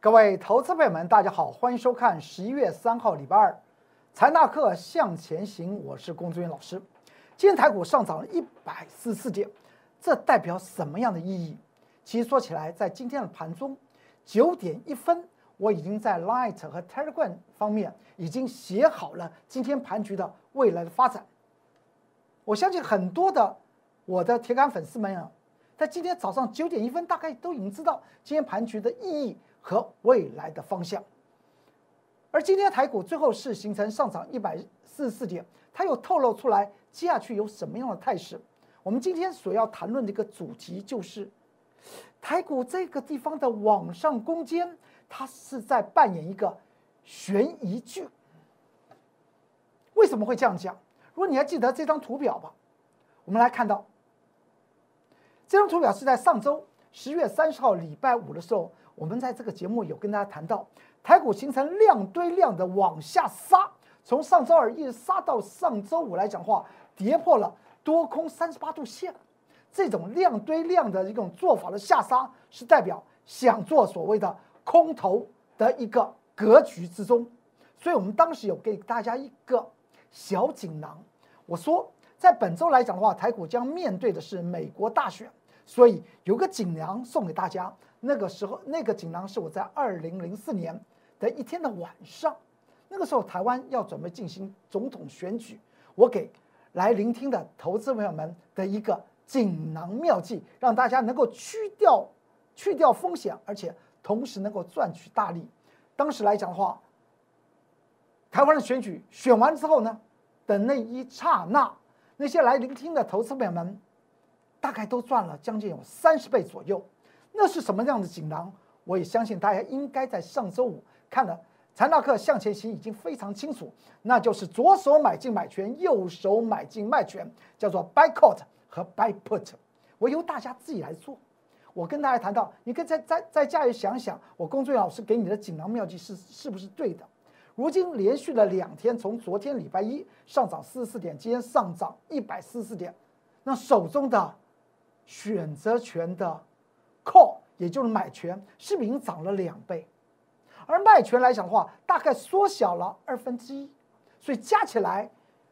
各位投资朋友们，大家好，欢迎收看11月3号礼拜二，财纳课向前行，我是龚志远老师。今天台股上涨了144点，这代表什么样的意义？其实说起来，在今天的盘中9点1分，我已经在 Line 和 Telegram 方面已经写好了今天盘局的未来的发展。我相信很多的我的铁杆粉丝们啊，在今天早上9点1分，大概都已经知道今天盘局的意义和未来的方向。而今天台股最后是形成上涨144点，它又透露出来接下去有什么样的态势。我们今天所要谈论的一个主题就是台股这个地方的往上攻坚，它是在扮演一个悬疑剧。为什么会这样讲？如果你还记得这张图表吧，我们来看到这张图表是在上周10月30号礼拜五的时候，我们在这个节目有跟大家谈到，台股形成量堆量的往下杀，从上周二一直杀到上周五来讲话，跌破了多空38度线。这种量堆量的一种做法的下杀，是代表想做所谓的空头的一个格局之中。所以我们当时有给大家一个小锦囊，我说在本周来讲的话，台股将面对的是美国大选，所以有个锦囊送给大家。那个时候，那个锦囊是我在2004年的一天的晚上，那个时候台湾要准备进行总统选举，我给来聆听的投资朋友们的一个锦囊妙计，让大家能够去掉风险，而且同时能够赚取大利。当时来讲的话，台湾的选举选完之后呢的那一刹那，那些来聆听的投资朋友们大概都赚了将近有30倍左右。那是什么样的锦囊？我也相信大家应该在上周五看了财纳课向前行已经非常清楚，那就是左手买进买权，右手买进卖权，叫做 buy call 和 buy put。我由大家自己来做。我跟大家谈到，你可以在家里想想，我龚志远老师给你的锦囊妙计是不是对的？如今连续了2天，从昨天礼拜一上涨44点，今天上涨144点，那手中的选择权的 call 也就是买权，是不是已经涨了2倍？而卖权来讲的话，大概缩小了1/2，所以加起来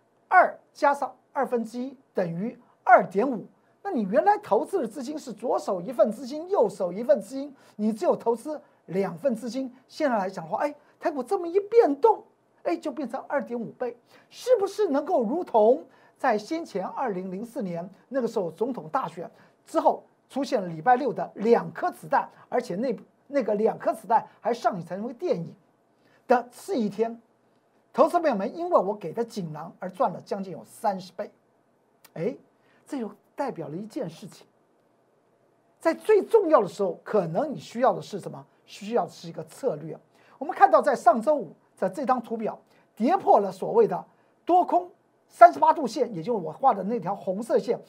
2加上1/2等于2.5。那你原来投资的资金是左手1份资金，右手1份资金，你只有投资2份资金。现在来讲的话，台股这么一变动，就变成2.5倍，是不是能够如同在先前2004年那个时候总统大选之后出现了礼拜六的2颗子弹，而且那个2颗子弹还上映成为电影的是一天，投资朋友们因为我给的锦囊而赚了将近有30倍。这就代表了一件事情，在最重要的时候，可能你需要的是什么？需要的是一个策略。我们看到在上周五的这张图表跌破了所谓的多空38度线，也就是我画的那条红色线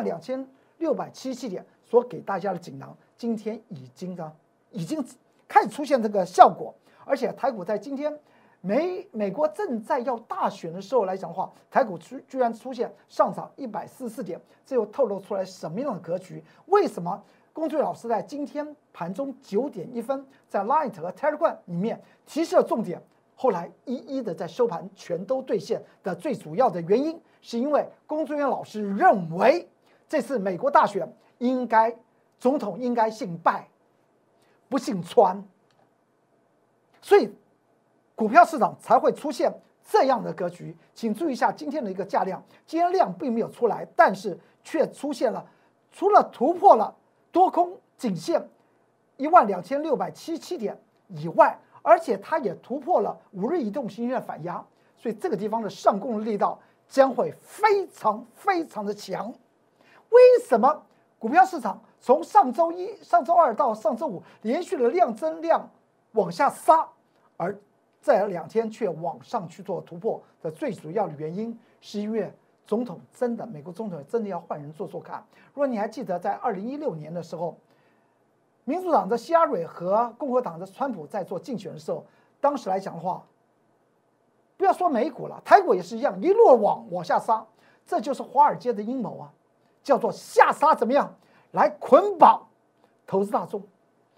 12677点，所给大家的锦囊，今天已经开始出现这个效果。而且台股在今天美国正在要大选的时候来讲的话，台股居然出现上涨144点，这又透露出来什么样的格局？为什么龚志远老师在今天盘中9点1分在 Line 和 Telegram 里面提示了重点，后来一一的在收盘全都兑现的最主要的原因，是因为龚志远老师认为这次美国大选总统应该姓拜，不姓川，所以股票市场才会出现这样的格局。请注意一下今天的一个价量，今天量并没有出来，但是却出现了，除了突破了多空颈线12677点以外，而且它也突破了5日移动平均线反压，所以这个地方的上攻的力道将会非常非常的强。为什么股票市场从上周一、上周二到上周五连续的量增量往下杀，而这2天却往上去做突破的最主要的原因，是因为美国总统真的要换人做看。如果你还记得，在2016年的时候，民主党的希拉蕊和共和党的川普在做竞选的时候，当时来讲的话，不要说美股了，台股也是一样，一路往下杀，这就是华尔街的阴谋啊，叫做下杀怎么样来捆绑投资大众。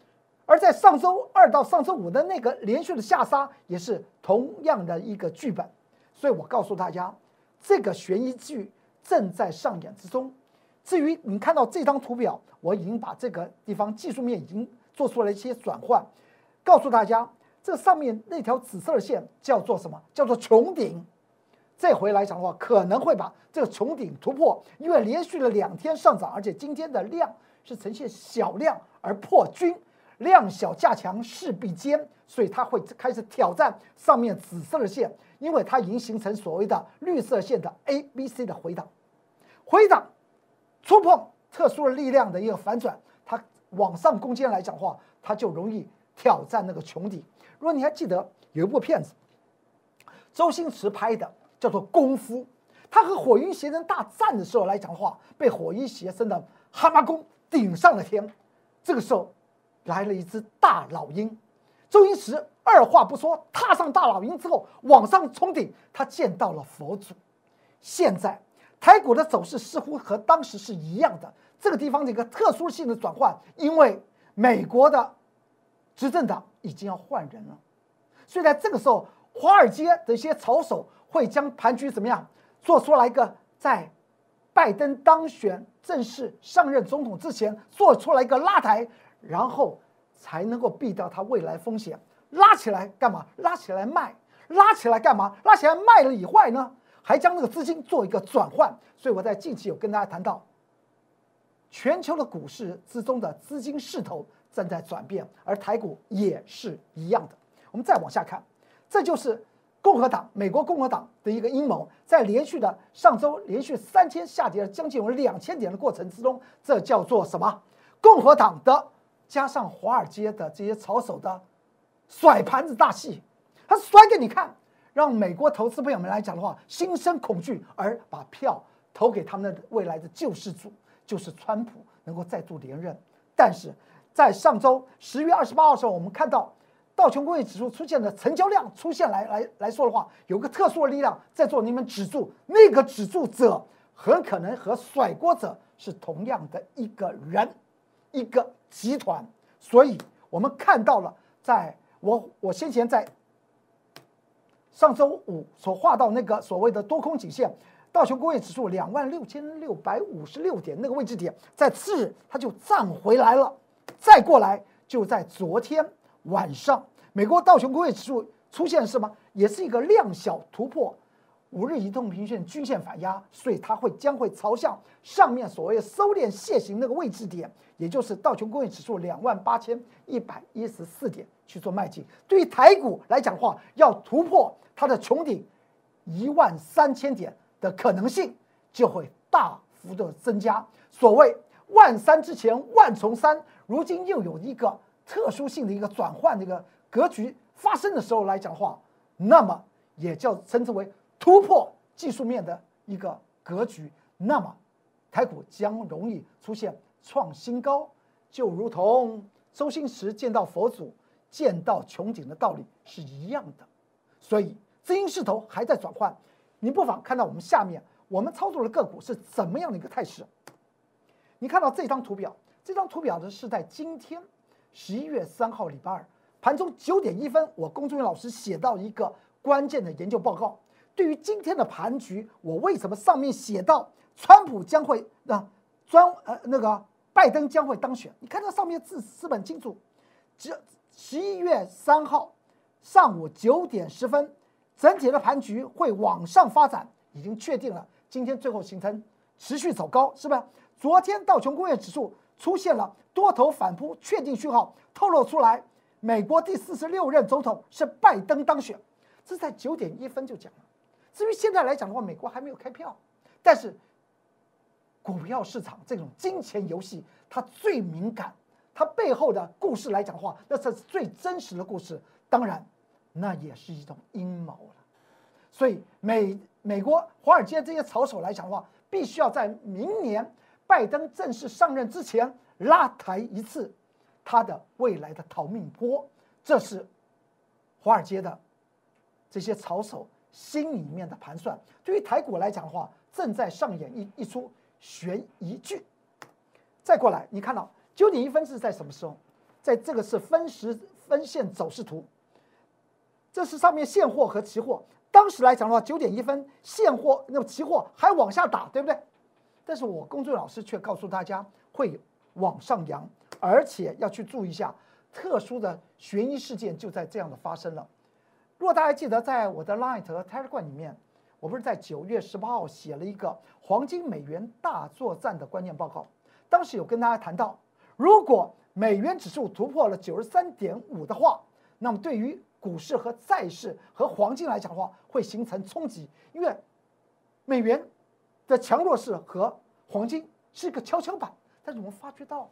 而在上周二到上周五的那个连续的下杀，也是同样的一个剧本。所以我告诉大家，这个悬疑剧正在上演之中。至于你看到这张图表，我已经把这个地方技术面已经做出了一些转换，告诉大家，这上面那条紫色的线叫做什么？叫做穹顶。这回来讲的话，可能会把这个穹顶突破，因为连续了2天上涨，而且今天的量是呈现小量而破均，量小价强势必坚，所以它会开始挑战上面紫色的线，因为它已经形成所谓的绿色线的 A、B、C 的回档，回档触碰特殊的力量的一个反转，它往上攻坚来讲的话，它就容易挑战那个穹顶。如果你还记得有一部片子，周星驰拍的。叫做功夫，他和火云邪神大战的时候来讲的话，被火云邪神的蛤蟆功顶上了天。这个时候来了一只大老鹰，周星驰二话不说，踏上大老鹰之后往上冲顶，他见到了佛祖。现在台股的走势似乎和当时是一样的，这个地方的一个特殊性的转换，因为美国的执政党已经要换人了，所以在这个时候，华尔街的一些炒手会将盘局怎么样做出来一个在拜登当选正式上任总统之前做出来一个拉抬，然后才能够避掉他未来风险。拉起来干嘛？拉起来卖，拉起来干嘛？拉起来卖了以外呢，还将那个资金做一个转换。所以我在近期有跟大家谈到，全球的股市之中的资金势头正在转变，而台股也是一样的。我们再往下看，这就是共和党，美国共和党的一个阴谋，在连续的上周连续3天下跌了将近有2000点的过程之中，这叫做什么？共和党的加上华尔街的这些炒手的甩盘子大戏，他甩给你看，让美国投资朋友们来讲的话心生恐惧，而把票投给他们的未来的救世主，就是川普能够再度连任。但是在上周10月28号的时候，我们看到道琼工业指数出现的成交量出现来说的话，有个特殊的力量在做你们指数，那个指数者很可能和甩锅者是同样的一个人，一个集团。所以我们看到了，在我先前在上周五所画到那个所谓的多空颈线，道琼工业指数26656点那个位置点，在次日它就站回来了，再过来就在昨天晚上，美国道琼工业指数出现什么？也是一个量小突破5日移动平均线均线反压，所以它将会朝向上面所谓收敛楔形那个位置点，也就是道琼工业指数28114点去做迈进。对于台股来讲的话，要突破它的穹顶13000点的可能性就会大幅的增加。所谓万三之前万重山，如今又有一个特殊性的一个转换的一个格局发生的时候来讲的话，那么也叫称之为突破技术面的一个格局，那么台股将容易出现创新高，就如同周星驰见到佛祖见到穹顶的道理是一样的。所以资金势头还在转换，你不妨看到我们下面我们操作的个股是怎么样的一个态势。你看到这张图表，这张图表呢是在今天11月3号礼拜二盘中9点1分，我龚忠元老师写到一个关键的研究报告。对于今天的盘局，我为什么上面写到川普将会拜登将会当选？你看到上面字很清楚，这11月3号上午9点10分，整体的盘局会往上发展，已经确定了。今天最后形成持续走高，是吧？昨天道琼工业指数出现了多头反扑确定讯号，透露出来美国第46任总统是拜登当选，这在9点1分就讲了。至于现在来讲的话，美国还没有开票，但是股票市场这种金钱游戏，它最敏感，它背后的故事来讲的话，那是最真实的故事，当然那也是一种阴谋了。所以美国华尔街这些炒手来讲的话，必须要在明年拜登正式上任之前拉抬一次他的未来的逃命坡，这是华尔街的这些炒手心里面的盘算。对于台股来讲的话，正在上演一出悬疑剧。再过来，你看到9点1分是在什么时候？ 在这个是分线走势图，这是上面现货和期货。当时来讲的话，9点1分，现货那么期货还往下打，对不对？但是我龚俊老师却告诉大家会往上扬，而且要去注意一下，特殊的悬疑事件就在这样的发生了。如果大家记得，在我的 Line 和 Telegram 里面，我不是在9月18号写了一个黄金美元大作战的关键报告，当时有跟大家谈到，如果美元指数突破了93.5的话，那么对于股市和债市和黄金来讲的话，会形成冲击，因为美元的强弱势和黄金是一个跷跷板。但是我们发觉到，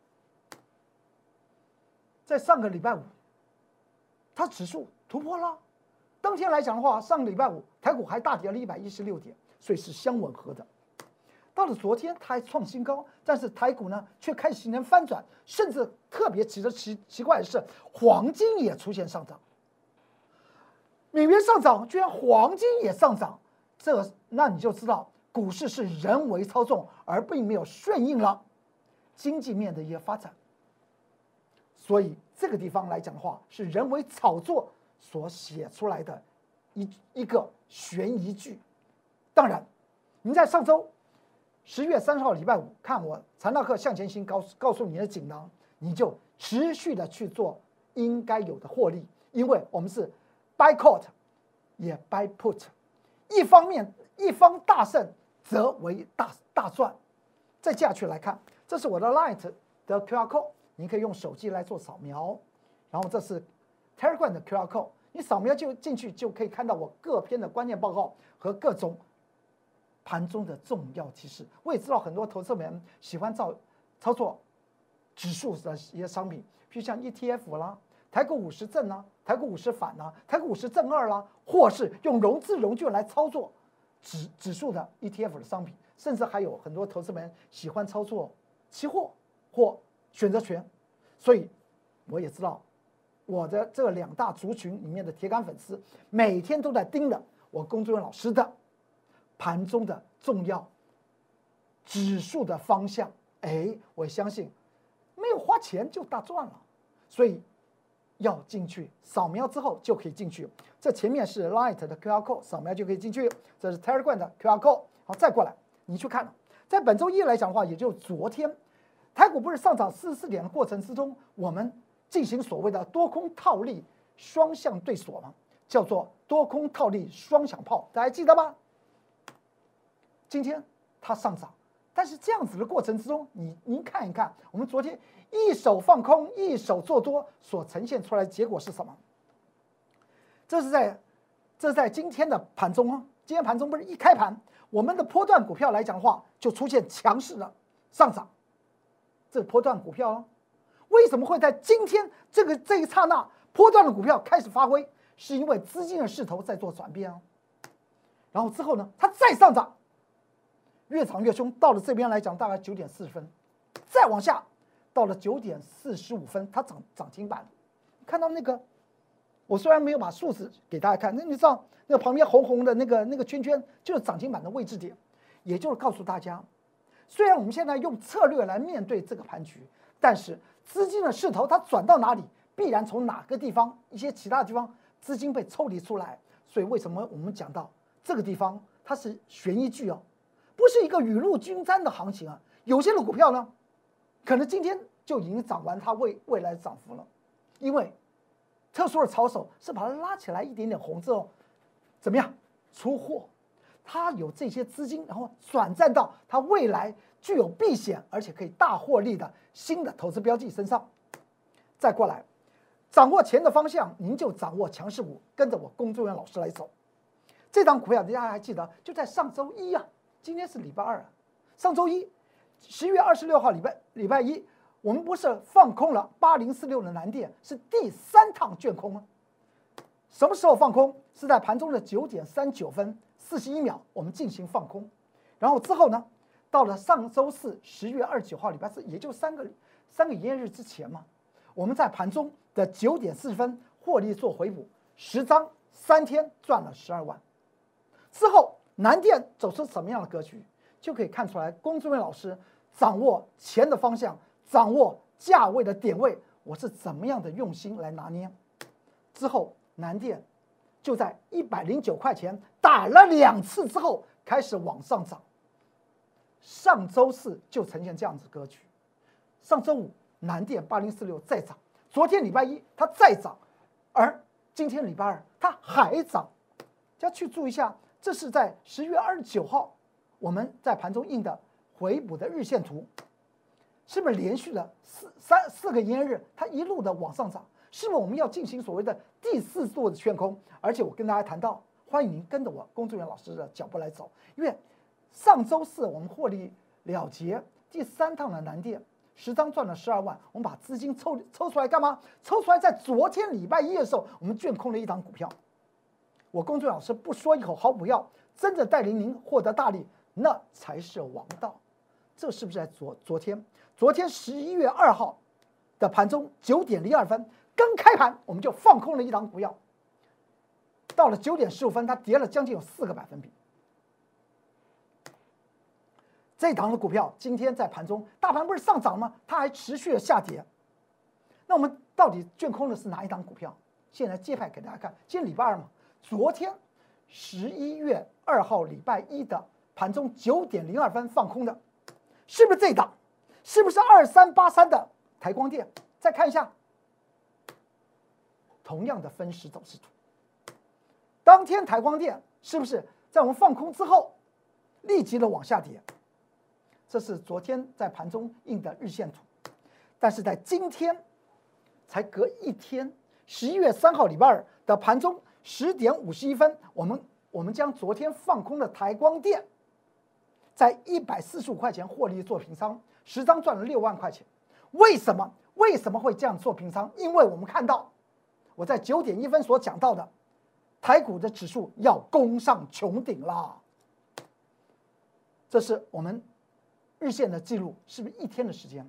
在上个礼拜五，它指数突破了。当天来讲的话，上个礼拜五台股还大跌了116点，所以是相吻合的。到了昨天，它还创新高，但是台股呢却开始形成翻转，甚至特别奇怪的是，黄金也出现上涨。美元上涨，居然黄金也上涨，那你就知道股市是人为操纵，而并没有顺应了经济面的一些发展。所以这个地方来讲的话，是人为炒作所写出来的一个悬疑剧。当然，您在上周10月3号礼拜五看我财纳课向前行告诉你的锦囊，你就持续的去做应该有的获利，因为我们是 buy call 也 buy put， 一方大胜则为大赚。再下去来看，这是我的 Light 的 QR code， 你可以用手机来做扫描，然后这是 Telegram 的 QR code， 你扫描就进去就可以看到我各篇的关键报告和各种盘中的重要提示。我也知道很多投资人喜欢操作指数的一些商品，譬如像 ETF 啦、台股50正啦、台股50反啦、台股50正2啦，或是用融资融券来操作指数的 ETF 的商品，甚至还有很多投资人喜欢操作期货或选择权。所以我也知道我的这2大族群里面的铁杆粉丝每天都在盯着我龚俊老师的盘中的重要指数的方向。我相信没有花钱就大赚了，所以要进去，扫描之后就可以进去。这前面是 Light 的 QR code， 扫描就可以进去。这是 Telegram 的 QR code。好，再过来，你去看，在本周一来讲的话，也就是昨天，台股不是上涨44点的过程之中，我们进行所谓的多空套利双向对锁吗？叫做多空套利双响炮，大家记得吗？今天它上涨，但是这样子的过程之中，您看一看，我们昨天一手放空，一手做多所呈现出来的结果是什么？这是在今天的盘中啊，今天盘中不是一开盘，我们的波段股票来讲的话，就出现强势的上涨。这波段股票为什么会在今天这一刹那，波段的股票开始发挥？是因为资金的势头在做转变啊。然后之后呢，它再上涨，越涨越凶，到了这边来讲，大概9点40分，再往下，到了9点45分，它涨停板。看到那个，我虽然没有把数字给大家看，那你知道那个旁边红红的那个圈圈，就是涨停板的位置点，也就是告诉大家，虽然我们现在用策略来面对这个盘局，但是资金的势头它转到哪里，必然从哪个地方，一些其他地方资金被抽离出来。所以为什么我们讲到这个地方，它是悬疑剧哦，不是一个雨露均沾的行情啊。有些的股票呢，可能今天就已经涨完它未来的涨幅了，因为特殊的操手是把它拉起来一点点红之后，怎么样出货？它有这些资金，然后转战到它未来具有避险而且可以大获利的新的投资标的身上。再过来，掌握钱的方向，您就掌握强势股，跟着我龚俊元老师来走。这档股票大家还记得，就在上周一啊，今天是礼拜二啊，上周一10月26号礼拜一，我们不是放空了8046的南电，是第3趟卷空啊。什么时候放空？是在盘中的9点39分41秒，我们进行放空。然后之后呢，到了上周四10月29号礼拜四，也就三个营业日之前嘛，我们在盘中的9点40分获利做回补，10张3天赚了12万。之后南电走出什么样的格局，就可以看出来龚俊元老师掌握钱的方向，掌握价位的点位， 我是怎么样的用心来拿捏。之后南电就在109块钱打了2次之后开始往上涨。上周四就呈现这样子格局，上周五南电8046再涨，昨天礼拜一它再涨，而今天礼拜二它还涨。大家去注意一下，这是在10月29号我们在盘中印的回补的日线图，是不是连续的四个营业日它一路的往上涨？是不是我们要进行所谓的第4度的旋空？而且我跟大家谈到，欢迎您跟着我工作人员老师的脚步来走，因为上周四我们获利了结第3趟的南电，10张赚了12万，我们把资金抽出来干嘛？抽出来在昨天礼拜一的时候，我们卷空了一档股票。我工作人员老师不说一口好股票，真的带领您获得大利，那才是王道。这是不是在昨天11月2号的盘中9点02分，刚开盘我们就放空了一档股票，到了9点15分，它跌了将近有4个百分比。这档的股票今天在盘中，大盘不是上涨吗？它还持续的下跌。那我们到底卷空的是哪一档股票？现在揭牌给大家看。今天礼拜二嘛，昨天11月2号礼拜一的盘中9点02分放空的，是不是这档？是不是2383的台光电？再看一下，同样的分时走势图。当天台光电是不是在我们放空之后，立即的往下跌？这是昨天在盘中印的日线图，但是在今天才隔一天，11月3号礼拜二的盘中10点51分，我们将昨天放空的台光电，在145块钱获利做平仓，10张赚了6万块钱。为什么会这样做平仓？因为我们看到我在9点1分所讲到的，台股的指数要攻上穹顶啦。这是我们日线的记录，是不是一天的时间？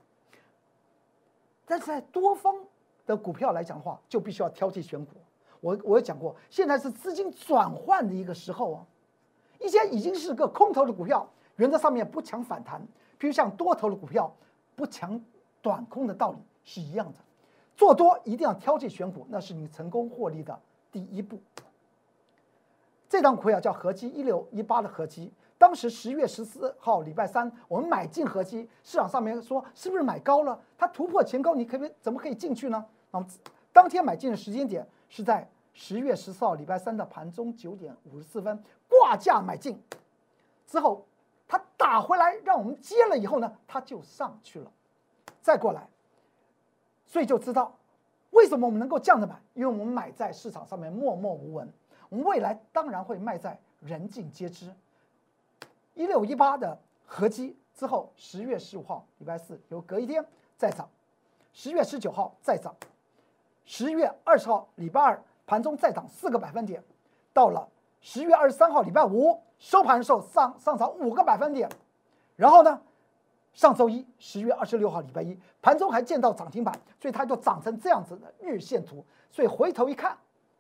但是在多方的股票来讲的话，就必须要挑剔选股。我有讲过，现在是资金转换的一个时候啊。一些已经是个空头的股票，原则上面不抢反弹，譬如像多头的股票不抢短空的道理是一样的。做多一定要挑剔选股，那是你成功获利的第一步。这档股票叫合基1618的合基。当时10月14号礼拜三，我们买进合基，市场上面说是不是买高了？它突破前高，你怎么可以进去呢？那么当天买进的时间点是在10月14号礼拜三的盘中9点54分挂价买进，之后它打回来让我们接了以后呢，它就上去了，再过来，所以就知道为什么我们能够这样的买，因为我们买在市场上面默默无闻，我们未来当然会卖在人尽皆知。1618的合基之后，10月15号礼拜四有隔一天再涨，10月19号再涨，10月20号礼拜二盘中再涨4个百分点，到了10月23号礼拜五收盘的时候上涨5个百分点，然后呢，上周一10月26号礼拜一盘中还见到涨停板，所以它就长成这样子的日线图。所以回头一看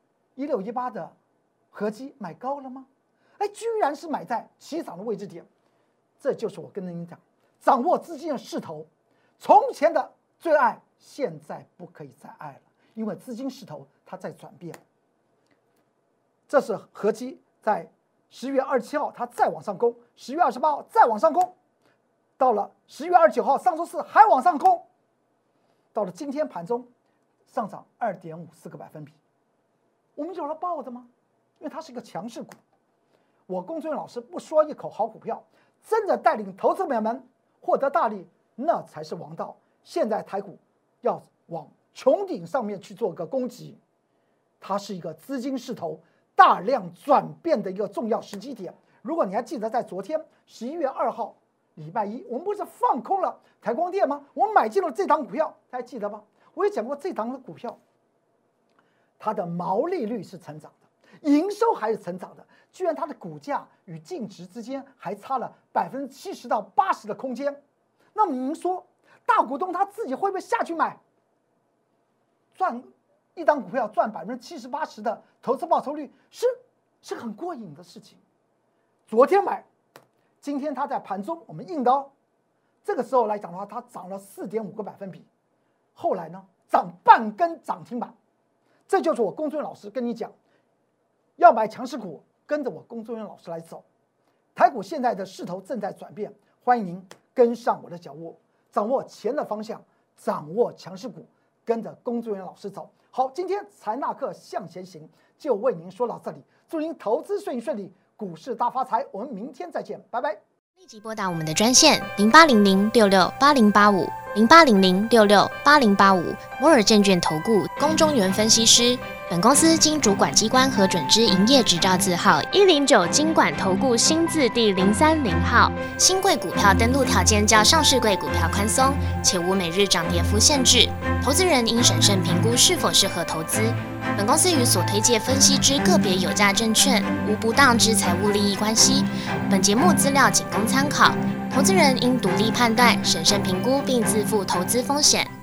，1618的合基买高了吗？哎，居然是买在起涨的位置点，这就是我跟您讲，掌握资金的势头。从前的最爱，现在不可以再爱了，因为资金势头它在转变。这是合基在10月27号它再往上攻，10月28号再往上攻，到了10月29号上周四还往上攻，到了今天盘中上涨2.54个百分比。我们有了报的吗？因为它是一个强势股。我龚俊老师不说一口好股票，真的带领投资者们获得大利，那才是王道。现在台股要往穹顶上面去做个攻击，它是一个资金势头大量转变的一个重要时机点。如果你还记得，在昨天11月2号礼拜一，我们不是放空了台光电吗？我们买进了这档股票，大家记得吗？我也讲过，这档的股票，它的毛利率是成长的，营收还是成长的。居然它的股价与净值之间还差了70%到80%的空间，那么您说大股东他自己会不会下去买，赚一档股票赚70%、80%的投资报酬率是很过瘾的事情。昨天买，今天它在盘中我们印的哦，这个时候来讲的话，它涨了4.5个百分比，后来呢涨半根涨停板。这就是我龚尊老师跟你讲，要买强势股，跟着我龚尊老师来走。台股现在的势头正在转变，欢迎您跟上我的脚步，掌握钱的方向，掌握强势股，跟着龚尊老师走。好，今天财纳克向前行就为您说到这里，祝您投资顺利，股市大发财。我们明天再见，拜拜。 立即拨打我们的专线08006680850800668085摩尔证券投顾龚中原分析师。本公司经主管机关核准之营业执照字号109金管投顾新字第030号。新贵股票登录条件较上市贵股票宽松，且无每日涨跌幅限制。投资人应审慎评估是否适合投资。本公司与所推介分析之个别有价证券无不当之财务利益关系。本节目资料仅供参考，投资人应独立判断、审慎评估并自负投资风险。